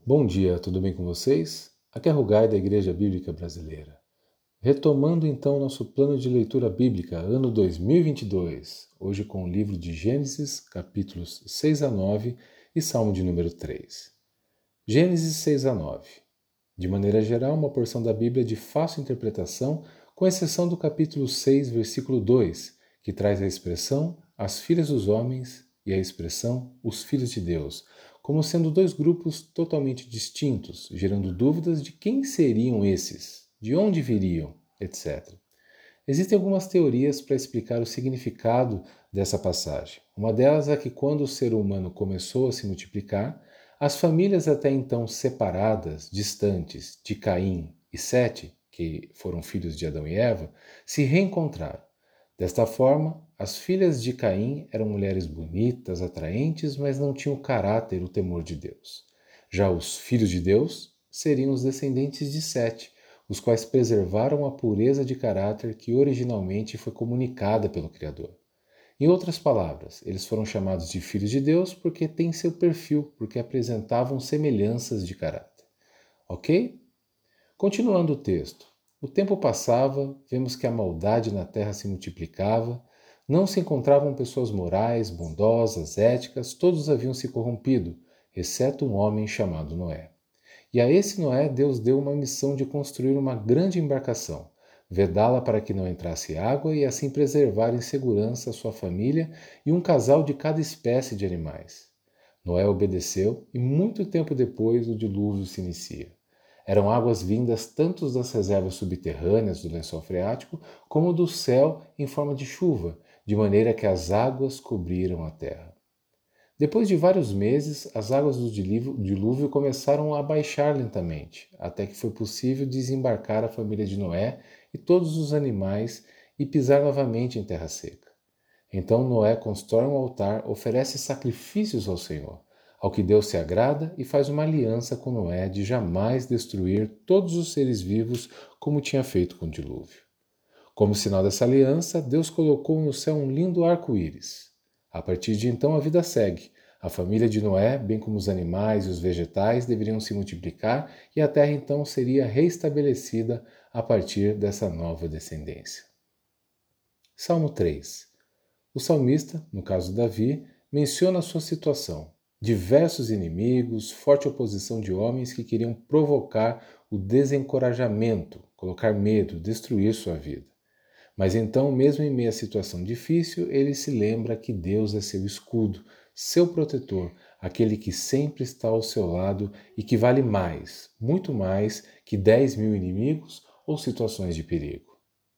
Bom dia, tudo bem com vocês? Aqui é Rugai da Igreja Bíblica Brasileira. Retomando então nosso plano de leitura bíblica, ano 2022, hoje com o livro de Gênesis, capítulos 6 a 9 e Salmo de número 3. Gênesis 6 a 9. De maneira geral, uma porção da Bíblia de fácil interpretação, com exceção do capítulo 6, versículo 2, que traz a expressão as filhas dos homens e a expressão os filhos de Deus, como sendo dois grupos totalmente distintos, gerando dúvidas de quem seriam esses, de onde viriam, etc. Existem algumas teorias para explicar o significado dessa passagem. Uma delas é que quando o ser humano começou a se multiplicar, as famílias até então separadas, distantes, de Caim e Sete, que foram filhos de Adão e Eva, se reencontraram. Desta forma, as filhas de Caim eram mulheres bonitas, atraentes, mas não tinham o caráter e o temor de Deus. Já os filhos de Deus seriam os descendentes de Sete, os quais preservaram a pureza de caráter que originalmente foi comunicada pelo Criador. Em outras palavras, eles foram chamados de filhos de Deus porque têm seu perfil, porque apresentavam semelhanças de caráter. Ok? Continuando o texto. O tempo passava, vemos que a maldade na terra se multiplicava, não se encontravam pessoas morais, bondosas, éticas, todos haviam se corrompido, exceto um homem chamado Noé. E a esse Noé Deus deu uma missão de construir uma grande embarcação, vedá-la para que não entrasse água e assim preservar em segurança a sua família e um casal de cada espécie de animais. Noé obedeceu e muito tempo depois o dilúvio se inicia. Eram águas vindas tanto das reservas subterrâneas do lençol freático como do céu em forma de chuva, de maneira que as águas cobriram a terra. Depois de vários meses, as águas do dilúvio começaram a baixar lentamente, até que foi possível desembarcar a família de Noé e todos os animais e pisar novamente em terra seca. Então Noé constrói um altar, oferece sacrifícios ao Senhor, ao que Deus se agrada e faz uma aliança com Noé de jamais destruir todos os seres vivos como tinha feito com o dilúvio. Como sinal dessa aliança, Deus colocou no céu um lindo arco-íris. A partir de então, a vida segue. A família de Noé, bem como os animais e os vegetais, deveriam se multiplicar e a terra então seria restabelecida a partir dessa nova descendência. Salmo 3. O salmista, no caso Davi, menciona a sua situação. Diversos inimigos, forte oposição de homens que queriam provocar o desencorajamento, colocar medo, destruir sua vida. Mas então, mesmo em meio à situação difícil, ele se lembra que Deus é seu escudo, seu protetor, aquele que sempre está ao seu lado e que vale mais, muito mais, que 10.000 inimigos ou situações de perigo.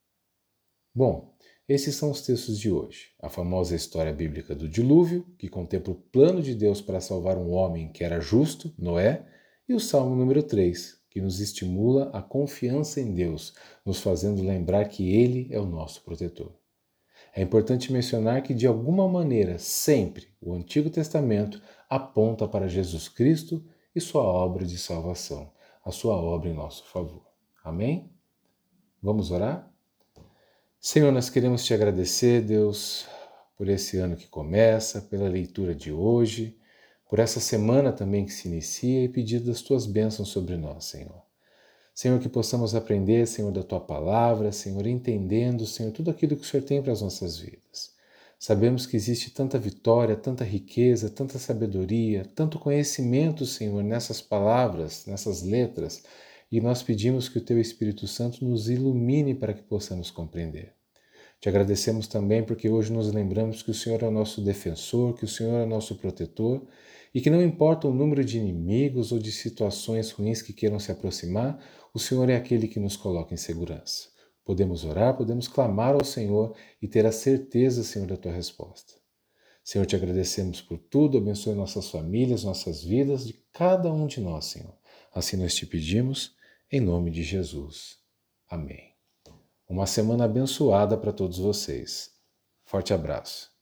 Bom, esses são os textos de hoje. A famosa história bíblica do dilúvio, que contempla o plano de Deus para salvar um homem que era justo, Noé, e o Salmo número 3, que nos estimula a confiança em Deus, nos fazendo lembrar que Ele é o nosso protetor. É importante mencionar que, de alguma maneira, sempre o Antigo Testamento aponta para Jesus Cristo e sua obra de salvação, a sua obra em nosso favor. Amém? Vamos orar? Senhor, nós queremos te agradecer, Deus, por esse ano que começa, pela leitura de hoje, por essa semana também que se inicia e pedir das tuas bênçãos sobre nós, Senhor. Senhor, que possamos aprender, Senhor, da tua palavra, Senhor, entendendo, Senhor, tudo aquilo que o Senhor tem para as nossas vidas. Sabemos que existe tanta vitória, tanta riqueza, tanta sabedoria, tanto conhecimento, Senhor, nessas palavras, nessas letras, e nós pedimos que o teu Espírito Santo nos ilumine para que possamos compreender. Te agradecemos também porque hoje nos lembramos que o Senhor é o nosso defensor, que o Senhor é o nosso protetor e que não importa o número de inimigos ou de situações ruins que queiram se aproximar, o Senhor é aquele que nos coloca em segurança. Podemos orar, podemos clamar ao Senhor e ter a certeza, Senhor, da tua resposta. Senhor, te agradecemos por tudo, abençoe nossas famílias, nossas vidas, de cada um de nós, Senhor. Assim nós te pedimos, em nome de Jesus. Amém. Uma semana abençoada para todos vocês. Forte abraço.